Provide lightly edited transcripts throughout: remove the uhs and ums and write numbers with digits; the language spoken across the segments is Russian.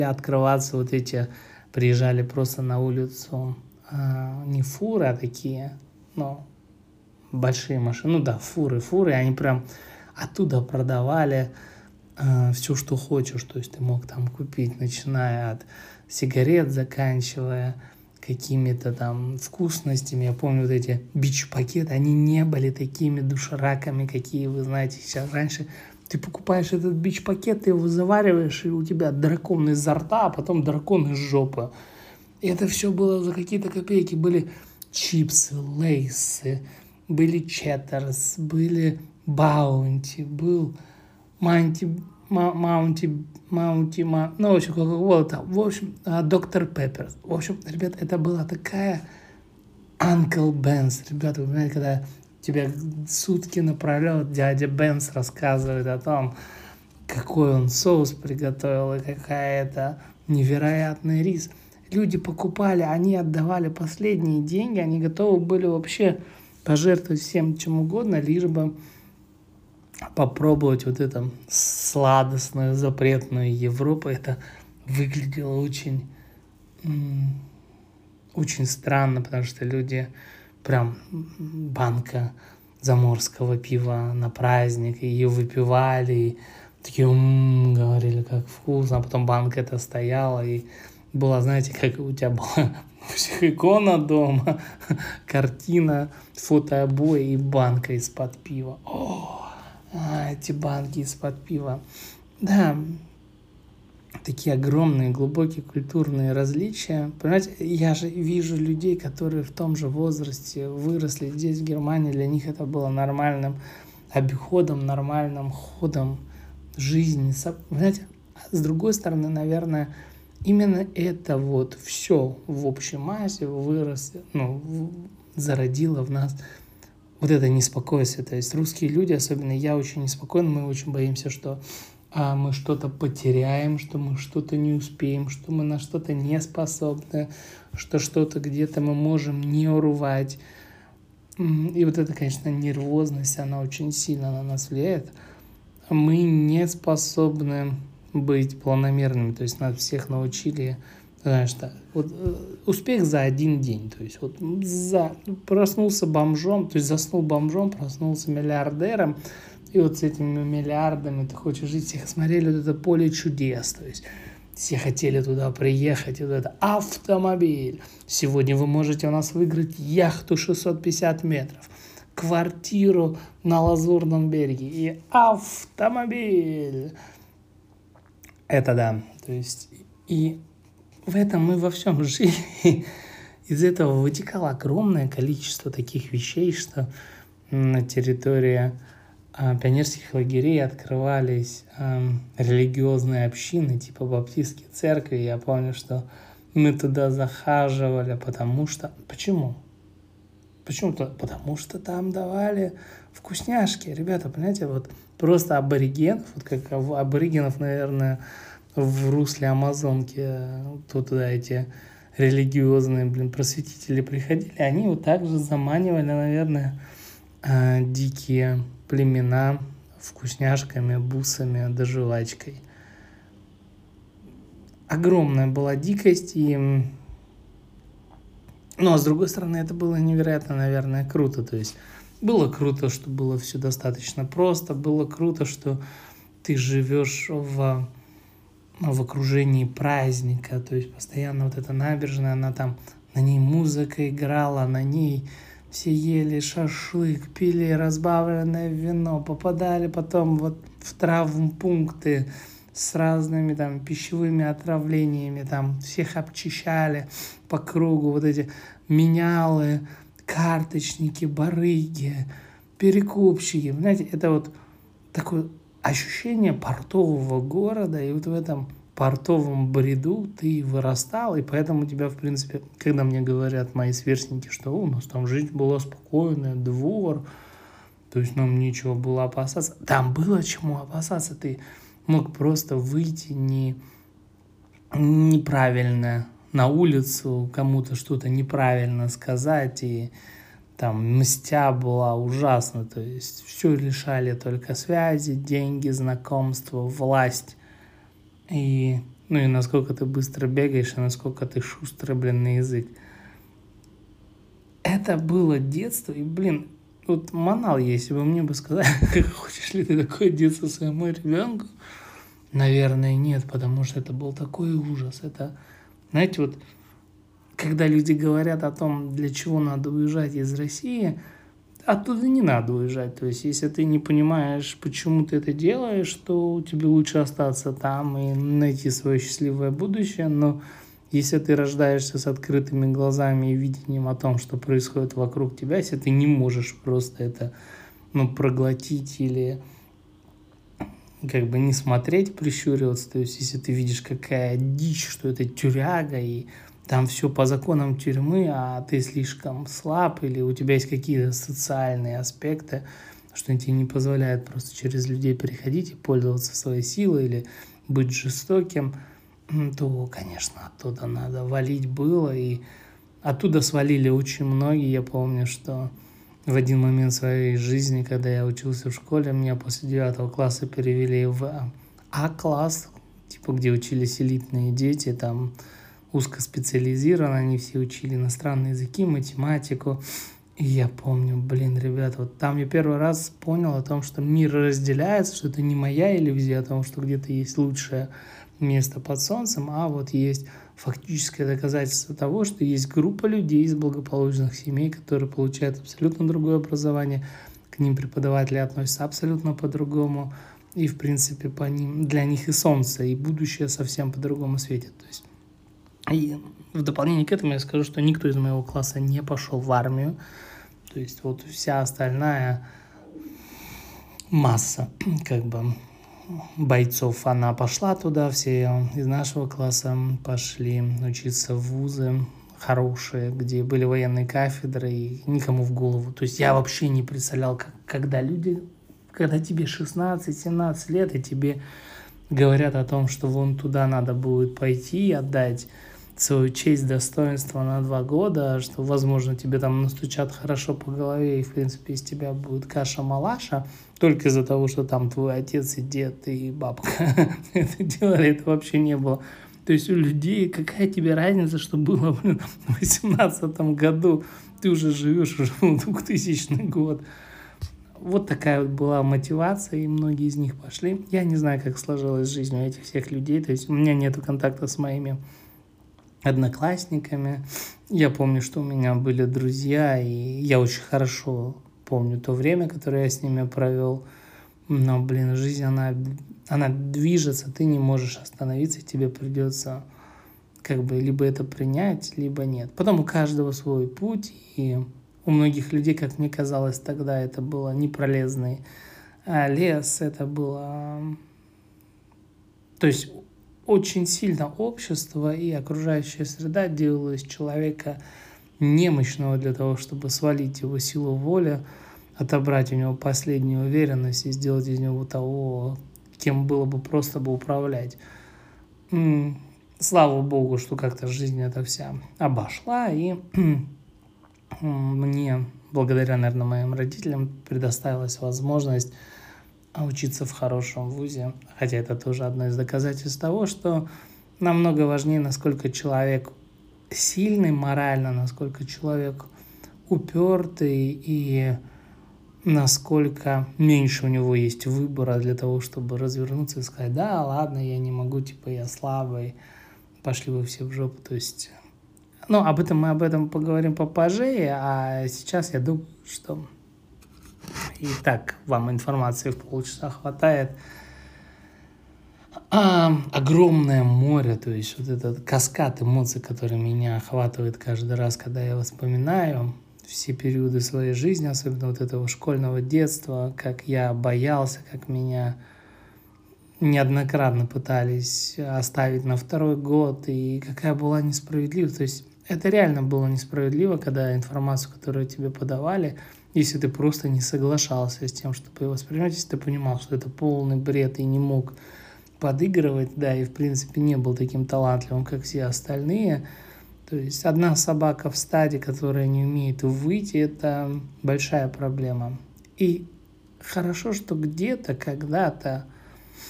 открываться вот эти, приезжали просто на улицу не фуры, а такие, ну, большие машины, ну да, фуры, они прям оттуда продавали все, что хочешь, то есть ты мог там купить, начиная от сигарет, заканчивая какими-то там вкусностями. Я помню вот эти бич-пакеты, они не были такими душераками, какие вы знаете сейчас. Раньше ты покупаешь этот бич-пакет, ты его завариваешь, и у тебя дракон изо рта, а потом дракон из жопы. И это все было за какие-то копейки. Были чипсы, лейсы, были чеддерс, были баунти, был ну, в общем, Кока-Кола там, в общем, Доктор Пеппер. В общем, ребят, это была такая Uncle Ben's, ребята, вы понимаете, когда тебе сутки напролет дядя Бенс рассказывает о том, какой он соус приготовил и какая-то невероятный рис. Люди покупали, они отдавали последние деньги, они готовы были вообще пожертвовать всем чем угодно, лишь бы попробовать вот эту сладостную, запретную Европу. Это выглядело очень, очень странно, потому что люди прям банка заморского пива на праздник, ее выпивали, и такие говорили, как вкусно, а потом банка это стояла, и была, знаете, как у тебя была у всех икона дома, картина, фотообои и банка из-под пива. Эти банки из-под пива. Да, такие огромные, глубокие культурные различия. Понимаете, я же вижу людей, которые в том же возрасте выросли здесь, в Германии. Для них это было нормальным обиходом, нормальным ходом жизни. Понимаете, с другой стороны, наверное, именно это вот все в общей массе выросло, зародило в нас вот это неспокойствие. То есть русские люди, особенно я, очень неспокойны, мы очень боимся, что мы что-то потеряем, что мы что-то не успеем, что мы на что-то не способны, что что-то где-то мы можем не урвать. И вот эта, конечно, нервозность, она очень сильно на нас влияет. Мы не способны быть планомерными, то есть нас всех научили, знаешь, так, вот успех за один день, то есть вот проснулся бомжом, то есть заснул бомжом, проснулся миллиардером, и вот с этими миллиардами ты хочешь жить. Все смотрели вот это поле чудес, то есть все хотели туда приехать, и вот это автомобиль. Сегодня вы можете у нас выиграть яхту 650 метров, квартиру на Лазурном береге и автомобиль. Это да, то есть и в этом мы во всем жили. Из этого вытекало огромное количество таких вещей, что на территории пионерских лагерей открывались религиозные общины, типа баптистские церкви. Я помню, что мы туда захаживали, потому что... Почему? Почему-то? Потому что там давали вкусняшки. Ребята, понимаете, вот просто аборигенов, вот как аборигенов, наверное, в русле Амазонки, туда эти религиозные, просветители приходили, они вот так же заманивали, наверное, дикие племена вкусняшками, бусами да жвачкой. Огромная была дикость, и... Но, с другой стороны, это было невероятно, наверное, круто. То есть было круто, что было все достаточно просто, было круто, что ты живешь в окружении праздника, то есть постоянно вот эта набережная, она там, на ней музыка играла, на ней все ели шашлык, пили разбавленное вино, попадали потом вот в травмпункты с разными там пищевыми отравлениями, там всех обчищали по кругу, вот эти менялы, карточники, барыги, перекупщики, знаете, это вот такое ощущение портового города, и вот в этом портовом бреду ты вырастал, и поэтому тебя, в принципе, когда мне говорят мои сверстники, что у нас там жизнь была спокойная, двор, то есть нам нечего было опасаться, там было чему опасаться, ты мог просто выйти неправильно на улицу, кому-то что-то неправильно сказать, и там мстя была ужасна, то есть все лишали только связи, деньги, знакомства, власть. И Ну и насколько ты быстро бегаешь, и насколько ты шустрый, на язык. Это было детство, и, вот манал, если бы мне бы сказали, хочешь ли ты такое детство своему ребенку, наверное, нет, потому что это был такой ужас. Это, знаете, вот, когда люди говорят о том, для чего надо уезжать из России, оттуда не надо уезжать. То есть, если ты не понимаешь, почему ты это делаешь, то тебе лучше остаться там и найти свое счастливое будущее. Но если ты рождаешься с открытыми глазами и видением о том, что происходит вокруг тебя, если ты не можешь просто это проглотить или не смотреть, прищуриваться, то есть если ты видишь, какая дичь, что это тюряга, и там все по законам тюрьмы, а ты слишком слаб, или у тебя есть какие-то социальные аспекты, что тебе не позволяет просто через людей переходить и пользоваться своей силой, или быть жестоким, то, конечно, оттуда надо валить было, и оттуда свалили очень многие. Я помню, что в один момент своей жизни, когда я учился в школе, меня после 9 класса перевели в А-класс, где учились элитные дети, там узкоспециализированно, они все учили иностранные языки, математику. И я помню, ребята, вот там я первый раз понял о том, что мир разделяется, что это не моя иллюзия о том, что где-то есть лучшее место под солнцем, а вот есть фактическое доказательство того, что есть группа людей из благополучных семей, которые получают абсолютно другое образование, к ним преподаватели относятся абсолютно по-другому, и, в принципе, для них и солнце, и будущее совсем по-другому светит. То есть, и в дополнение к этому я скажу, что никто из моего класса не пошел в армию, то есть вот вся остальная масса, бойцов, она пошла туда, все из нашего класса пошли учиться в вузы хорошие, где были военные кафедры, и никому в голову. То есть я вообще не представлял, когда тебе 16-17 лет, и тебе говорят о том, что вон туда надо будет пойти и отдать свою честь, достоинство на 2 года, что, возможно, тебе там настучат хорошо по голове, и, в принципе, из тебя будет каша-малаша, только из-за того, что там твой отец и дед и бабка это делали, это вообще не было. То есть у людей какая тебе разница, что было в 18 году, ты уже живешь уже в 2000 год. Вот такая вот была мотивация, и многие из них пошли. Я не знаю, как сложилась жизнь у этих всех людей, то есть у меня нету контакта с моими одноклассниками. Я помню, что у меня были друзья, и я очень хорошо помню то время, которое я с ними провел. Но, жизнь, она движется, ты не можешь остановиться, тебе придется либо это принять, либо нет. Потом у каждого свой путь, и у многих людей, как мне казалось тогда, это было непролезный лес, это было... То есть очень сильно общество и окружающая среда делала из человека немощного для того, чтобы свалить его силу воли, отобрать у него последнюю уверенность и сделать из него того, кем было бы просто управлять. Слава Богу, что как-то жизнь эта вся обошла, и мне, благодаря, наверное, моим родителям, предоставилась возможность учиться в хорошем вузе, хотя это тоже одно из доказательств того, что намного важнее, насколько человек сильный морально, насколько человек упертый и насколько меньше у него есть выбора для того, чтобы развернуться и сказать: да, ладно, я не могу, я слабый, пошли вы все в жопу. То есть, мы об этом поговорим попозже, а сейчас я думаю, что и так вам информации в полчаса хватает. Огромное море, то есть вот этот каскад эмоций, который меня охватывает каждый раз, когда я вспоминаю все периоды своей жизни, особенно вот этого школьного детства, как я боялся, как меня неоднократно пытались оставить на 2-й год, и какая была несправедливость. То есть это реально было несправедливо, когда информацию, которую тебе подавали, если ты просто не соглашался с тем, чтобы его воспринимать, если ты понимал, что это полный бред и не мог подыгрывать, да, и в принципе не был таким талантливым, как все остальные. То есть одна собака в стаде, которая не умеет выйти, это большая проблема. И хорошо, что где-то, когда-то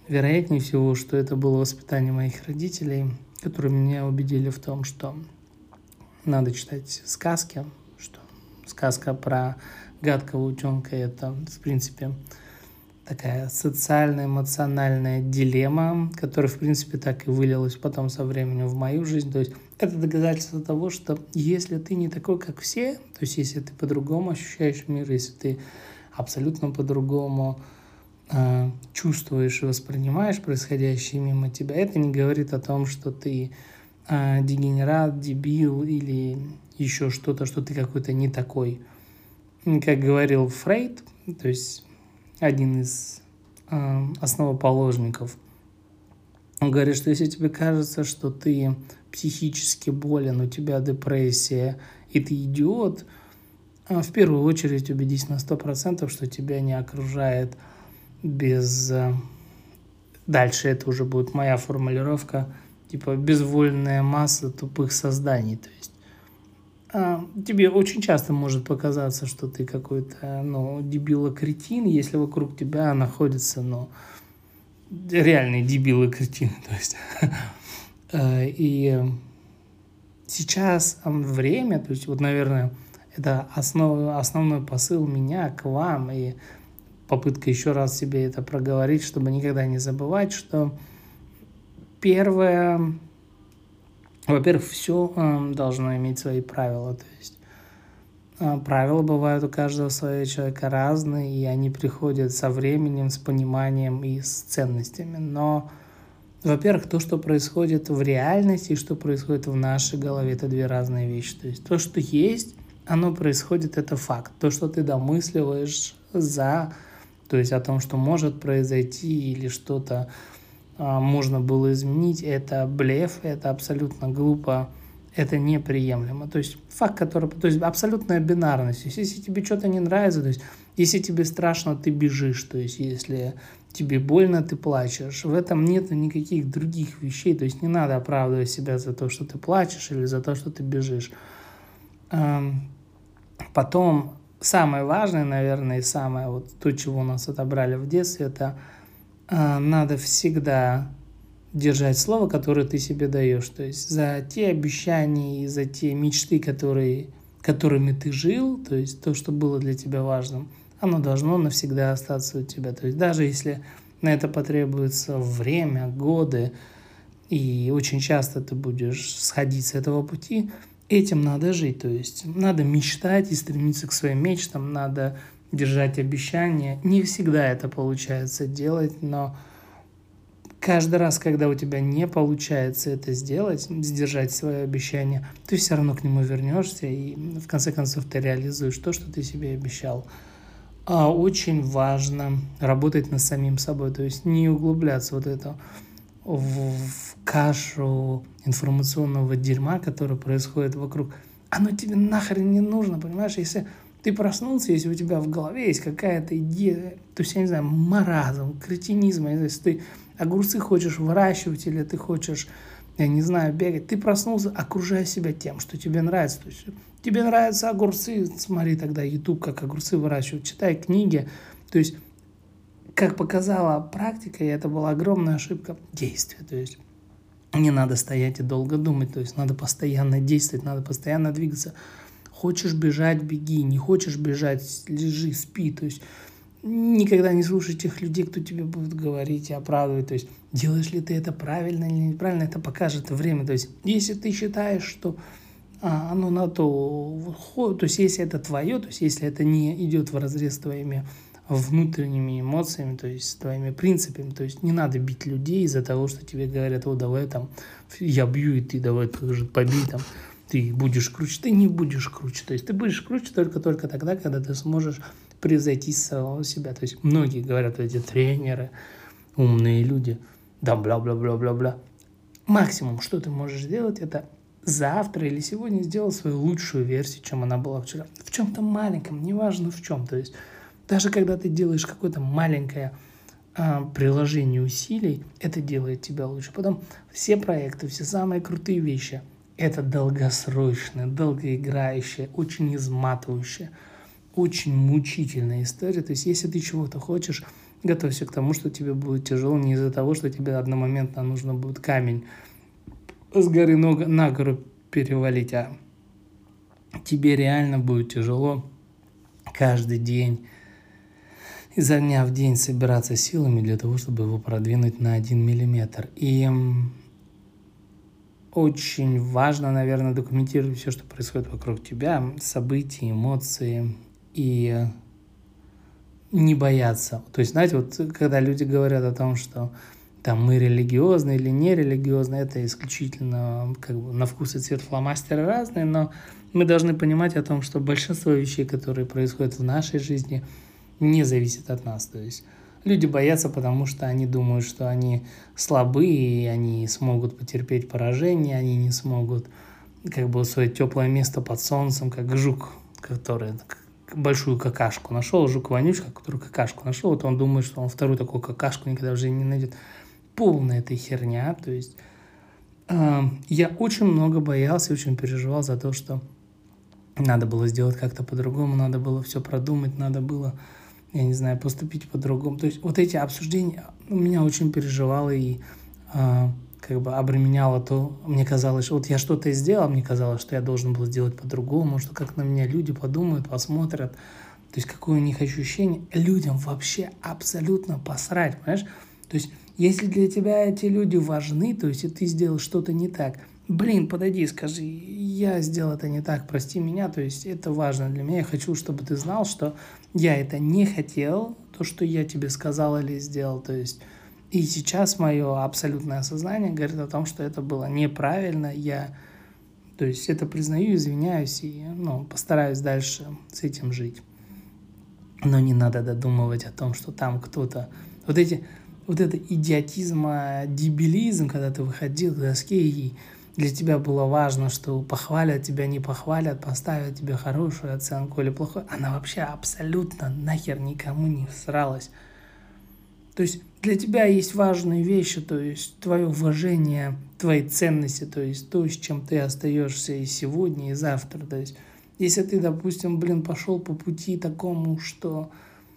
вероятнее всего, что это было воспитание моих родителей, которые меня убедили в том, что надо читать сказки, что сказка про гадкого утенка – это, в принципе, такая социальная, эмоциональная дилемма, которая, в принципе, так и вылилась потом со временем в мою жизнь. То есть это доказательство того, что если ты не такой, как все, то есть если ты по-другому ощущаешь мир, если ты абсолютно по-другому чувствуешь и воспринимаешь происходящее мимо тебя, это не говорит о том, что ты дегенерат, дебил или еще что-то, что ты какой-то не такой. Как говорил Фрейд, то есть один из основоположников, он говорит, что если тебе кажется, что ты психически болен, у тебя депрессия и ты идиот, в первую очередь убедись на 100%, что тебя не окружает без... Дальше это уже будет моя формулировка, типа безвольная масса тупых созданий. То есть тебе очень часто может показаться, что ты какой-то, дебило-кретин, если вокруг тебя находятся, реальные дебилы-кретины. То есть, и сейчас время, то есть, наверное, это основной посыл меня к вам, и попытка еще раз себе это проговорить, чтобы никогда не забывать, что первое, во-первых, все должно иметь свои правила, то есть правила бывают у каждого своего человека разные, и они приходят со временем, с пониманием и с ценностями, но, во-первых, то, что происходит в реальности и что происходит в нашей голове, это две разные вещи, то есть то, что есть, оно происходит, это факт, то, что ты домысливаешь то есть о том, что может произойти или что-то можно было изменить, это блеф, это абсолютно глупо, это неприемлемо. То есть факт, то есть абсолютная бинарность. То есть если тебе что-то не нравится, то есть если тебе страшно, ты бежишь, то есть если тебе больно, ты плачешь. В этом нет никаких других вещей, то есть не надо оправдывать себя за то, что ты плачешь или за то, что ты бежишь. Потом самое важное, наверное, и самое то, чего у нас отобрали в детстве, это надо всегда держать слово, которое ты себе даешь. То есть за те обещания и за те мечты, которыми ты жил, то есть то, что было для тебя важным, оно должно навсегда остаться у тебя. То есть даже если на это потребуется время, годы, и очень часто ты будешь сходить с этого пути, этим надо жить. То есть надо мечтать и стремиться к своим мечтам, надо держать обещания. Не всегда это получается делать, но каждый раз, когда у тебя не получается это сделать, сдержать свое обещание, ты все равно к нему вернешься, и в конце концов ты реализуешь то, что ты себе обещал. Очень важно работать над самим собой, то есть не углубляться в кашу информационного дерьма, которое происходит вокруг. Оно тебе нахрен не нужно, понимаешь? Если ты проснулся, если у тебя в голове есть какая-то идея, то есть, я не знаю, маразм, кретинизм, если ты огурцы хочешь выращивать или ты хочешь, я не знаю, бегать, ты проснулся, окружай себя тем, что тебе нравится. То есть тебе нравятся огурцы, смотри тогда YouTube, как огурцы выращивают, читай книги. То есть, как показала практика, и это была огромная ошибка, действия. То есть не надо стоять и долго думать, то есть надо постоянно действовать, надо постоянно двигаться. Хочешь бежать – беги, не хочешь бежать – лежи, спи. То есть никогда не слушай тех людей, кто тебе будет говорить и оправдывать. То есть делаешь ли ты это правильно или неправильно, это покажет время. То есть если ты считаешь, что оно на то есть если это твое, то есть если это не идет вразрез с твоими внутренними эмоциями, то есть с твоими принципами, то есть не надо бить людей из-за того, что тебе говорят, давай я бью, и ты давай тоже побей ты будешь круче, ты не будешь круче. То есть ты будешь круче только тогда, когда ты сможешь превзойти самого себя. То есть многие говорят, эти тренеры, умные люди, да бла-бла-бла-бла-бла. Максимум, что ты можешь сделать, это завтра или сегодня сделать свою лучшую версию, чем она была вчера. В чем-то маленьком, неважно в чем. То есть даже когда ты делаешь какое-то маленькое приложение усилий, это делает тебя лучше. Потом все проекты, все самые крутые вещи – это долгосрочная, долгоиграющая, очень изматывающая, очень мучительная история. То есть если ты чего-то хочешь, готовься к тому, что тебе будет тяжело не из-за того, что тебе одномоментно нужно будет камень с горы на гору перевалить, а тебе реально будет тяжело каждый день изо дня в день собираться силами для того, чтобы его продвинуть на 1 миллиметр. И очень важно, наверное, документировать все, что происходит вокруг тебя, события, эмоции, и не бояться. То есть, знаете, вот когда люди говорят о том, что там мы религиозны или нерелигиозны, это исключительно как бы на вкус и цвет фломастеры разные, но мы должны понимать о том, что большинство вещей, которые происходят в нашей жизни, не зависит от нас. То есть люди боятся, потому что они думают, что они слабые, и они смогут потерпеть поражение, они не смогут как бы усвоить теплое место под солнцем, как жук, который большую какашку нашел, жук-вонючка, который какашку нашел, вот он думает, что он вторую такую какашку никогда в жизни не найдет. Полная эта херня. То есть я очень много боялся, очень переживал за то, что надо было сделать как-то по-другому, надо было все продумать, надо было, я не знаю, поступить по-другому. То есть вот эти обсуждения меня очень переживало и как бы обременяло то, мне казалось, что вот я что-то сделал, мне казалось, что я должен был сделать по-другому, что как на меня люди подумают, посмотрят, то есть какое у них ощущение. Людям вообще абсолютно посрать, понимаешь? То есть если для тебя эти люди важны, то есть и ты сделал что-то не так, блин, подойди, скажи, я сделал это не так, прости меня, то есть это важно для меня, я хочу, чтобы ты знал, что я это не хотел, то, что я тебе сказал или сделал, то есть и сейчас мое абсолютное осознание говорит о том, что это было неправильно, я, то есть это признаю, извиняюсь и, постараюсь дальше с этим жить. Но не надо додумывать о том, что там кто-то, вот это идиотизм, дебилизм, когда ты выходил к доске и для тебя было важно, что похвалят тебя, не похвалят, поставят тебе хорошую оценку или плохую, она вообще абсолютно нахер никому не всралась. То есть для тебя есть важные вещи, то есть твое уважение, твои ценности, то есть то, с чем ты остаешься и сегодня, и завтра. То есть если ты, допустим, пошел по пути такому, что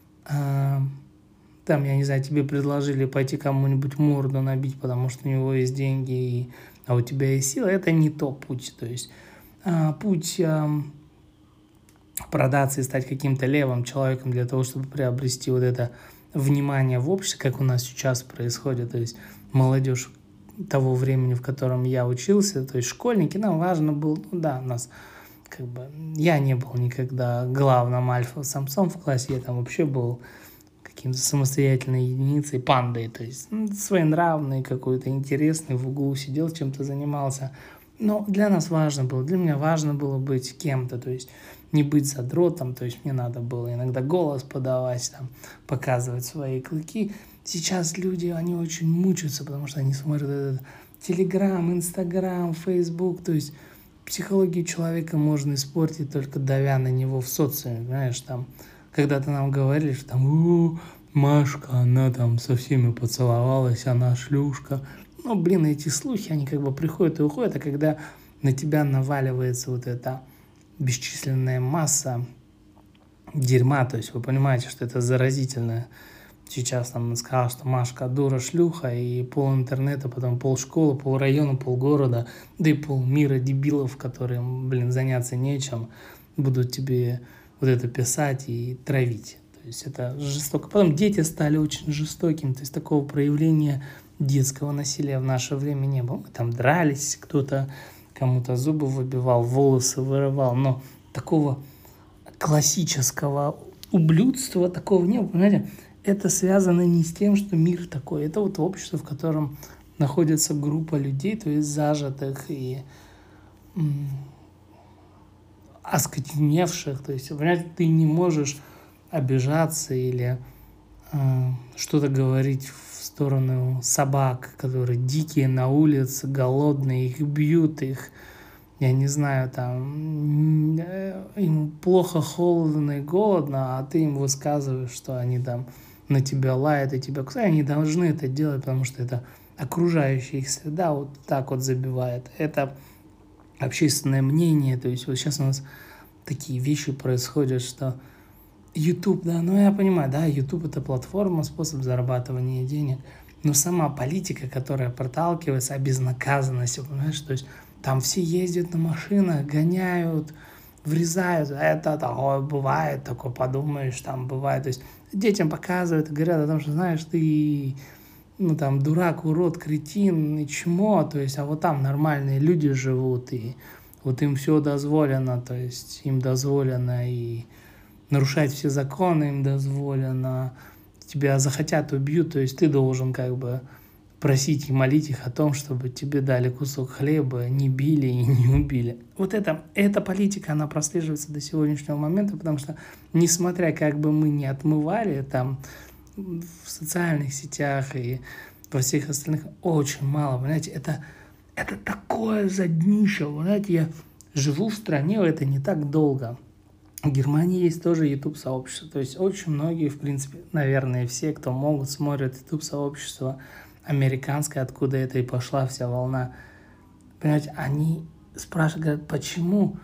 там, я не знаю, тебе предложили пойти кому-нибудь морду набить, потому что у него есть деньги, а у тебя есть сила, это не тот путь. То есть путь продаться и стать каким-то левым человеком для того, чтобы приобрести вот это внимание в обществе, как у нас сейчас происходит, то есть молодежь того времени, в котором я учился, то есть школьники, нам важно было, нас как бы, я не был никогда главным альфа-самцом в классе, я там вообще был каким-то самостоятельной единицей, пандой, то есть своенравный, какой-то интересный, в углу сидел, чем-то занимался. Но для нас важно было, для меня важно было быть кем-то, то есть не быть задротом, то есть мне надо было иногда голос подавать, там, показывать свои клыки. Сейчас люди, они очень мучаются, потому что они смотрят этот Телеграм, Инстаграм, Фейсбук, то есть психологию человека можно испортить, только давя на него в социуме, знаешь, там, когда-то нам говорили, что там, Машка, она там со всеми поцеловалась, она шлюшка. Эти слухи, они как бы приходят и уходят, а когда на тебя наваливается вот эта бесчисленная масса дерьма, то есть вы понимаете, что это заразительно. Сейчас там сказал, что Машка дура, шлюха, и пол интернета, потом пол школы, пол района, пол города, да и пол мира дебилов, которым, заняться нечем, будут тебе вот это писать и травить. То есть это жестоко. Потом дети стали очень жестокими, то есть такого проявления детского насилия в наше время не было. Мы там дрались, кто-то кому-то зубы выбивал, волосы вырывал, но такого классического ублюдства такого не было, понимаете? Это связано не с тем, что мир такой, это вот общество, в котором находится группа людей, то есть зажатых и оскотеневших, то есть, понимаете, ты не можешь обижаться или что-то говорить в сторону собак, которые дикие на улице, голодные, их бьют, их, я не знаю, там, им плохо, холодно и голодно, а ты им высказываешь, что они там на тебя лают и тебя кусают, они должны это делать, потому что это окружающая их среда вот так вот забивает. Это общественное мнение, то есть вот сейчас у нас такие вещи происходят, что YouTube, да, ну я понимаю, да, YouTube это платформа, способ зарабатывания денег, но сама политика, которая проталкивается, о безнаказанности, понимаешь, то есть там все ездят на машинах, гоняют, врезают, это такое бывает, такое подумаешь, там бывает, то есть детям показывают и говорят о том, что, знаешь, ты, ну там, дурак, урод, кретин и чмо, то есть, а вот там нормальные люди живут, и вот им все дозволено, то есть им дозволено и нарушать все законы им дозволено, тебя захотят, убьют, то есть ты должен как бы просить и молить их о том, чтобы тебе дали кусок хлеба, не били и не убили. Вот эта политика, она прослеживается до сегодняшнего момента, потому что, несмотря как бы мы не отмывали там в социальных сетях и во всех остальных, очень мало, понимаете, это такое заднище, понимаете, я живу в стране, это не так долго. В Германии есть тоже YouTube-сообщество, то есть очень многие, в принципе, наверное, все, кто могут, смотрят YouTube-сообщество американское, откуда это и пошла вся волна. Понимаете, они спрашивают, говорят, почему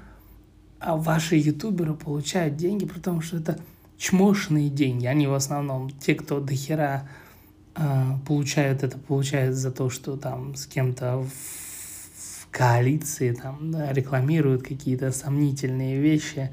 ваши ютуберы получают деньги, потому что это чмошные деньги. Они в основном, те, кто дохера получают за то, что там с кем-то в коалиции там, да, рекламируют какие-то сомнительные вещи.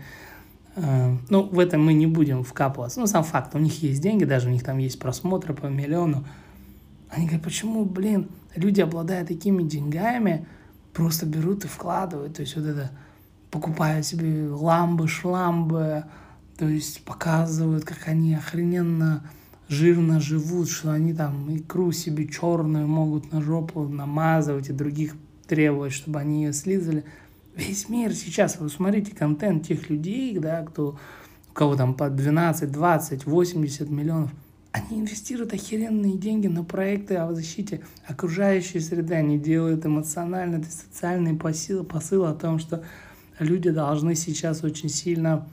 Ну, в этом мы не будем вкапываться. Ну, сам факт, у них есть деньги, даже у них там есть просмотры по миллиону. Они говорят, почему, люди, обладая такими деньгами, просто берут и вкладывают. То есть вот это, покупают себе ламбы, шламбы, то есть показывают, как они охрененно жирно живут, что они там икру себе черную могут на жопу намазывать и других требовать, чтобы они ее слизали. Весь мир сейчас, вы смотрите контент тех людей, да, у кого там по 12, 20, 80 миллионов, они инвестируют охеренные деньги на проекты о защите окружающей среды, они делают эмоциональный, социальный посыл о том, что люди должны сейчас очень сильно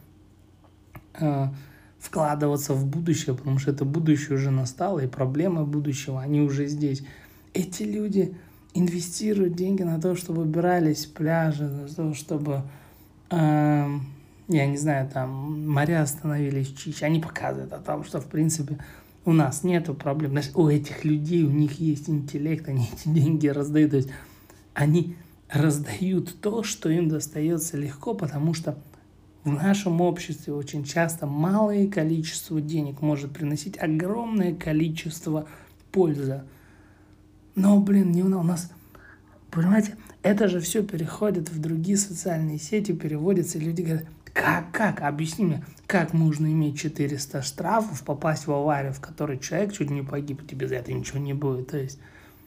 вкладываться в будущее, потому что это будущее уже настало, и проблемы будущего, они уже здесь. Эти люди инвестируют деньги на то, чтобы убирались пляжи, на то, чтобы, я не знаю, там моря становились чище. Они показывают о том, что, в принципе, у нас нету проблем. Значит, у этих людей, у них есть интеллект, они эти деньги раздают. То есть они раздают то, что им достается легко, потому что в нашем обществе очень часто малое количество денег может приносить огромное количество пользы. Но, не у нас, понимаете, это же все переходит в другие социальные сети, переводится, и люди говорят, как, объясни мне, как можно иметь 400 штрафов, попасть в аварию, в которой человек чуть не погиб, тебе за это ничего не будет, то есть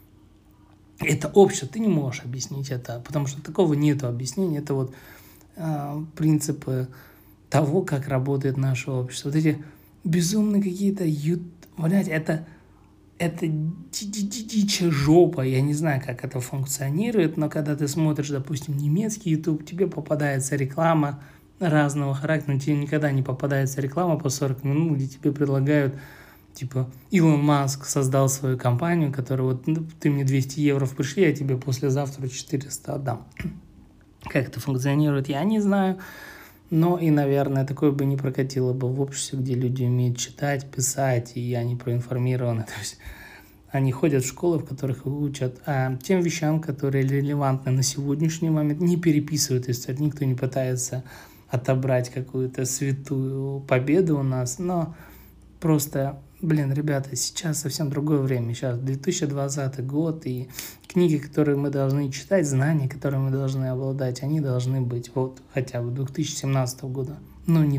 это общее, ты не можешь объяснить это, потому что такого нету объяснения, это вот принципы того, как работает наше общество. Вот эти безумные какие-то, понимаете, это дичья жопа, я не знаю, как это функционирует, но когда ты смотришь, допустим, немецкий YouTube, тебе попадается реклама разного характера, но тебе никогда не попадается реклама по 40 минут, где тебе предлагают, типа, Илон Маск создал свою компанию, которая вот, ты мне 200 евро пришли, я тебе послезавтра 400 отдам. Как это функционирует, я не знаю. Но и, наверное, такое бы не прокатило бы в обществе, где люди умеют читать, писать, и они проинформированы. То есть они ходят в школы, в которых учат тем вещам, которые релевантны на сегодняшний момент, не переписывают историю, никто не пытается отобрать какую-то святую победу у нас, но просто, ребята, сейчас совсем другое время, сейчас 2020 год, и книги, которые мы должны читать, знания, которые мы должны обладать, они должны быть вот хотя бы 2017 года, но не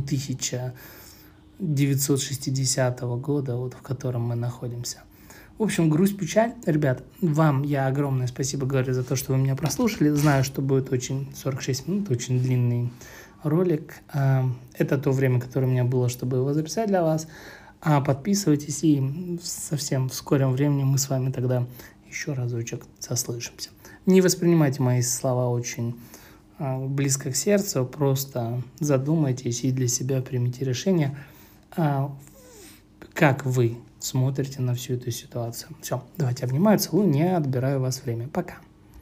1960 года, вот в котором мы находимся. В общем, грусть, печаль. Ребят, вам я огромное спасибо говорю за то, что вы меня прослушали. Знаю, что будет 46 минут, очень длинный ролик. Это то время, которое у меня было, чтобы его записать для вас. Подписывайтесь, и совсем в скором времени мы с вами тогда еще разочек сослышимся. Не воспринимайте мои слова очень близко к сердцу, просто задумайтесь и для себя примите решение, как вы смотрите на всю эту ситуацию. Все, давайте обнимаю, целую, не отбираю у вас время. Пока.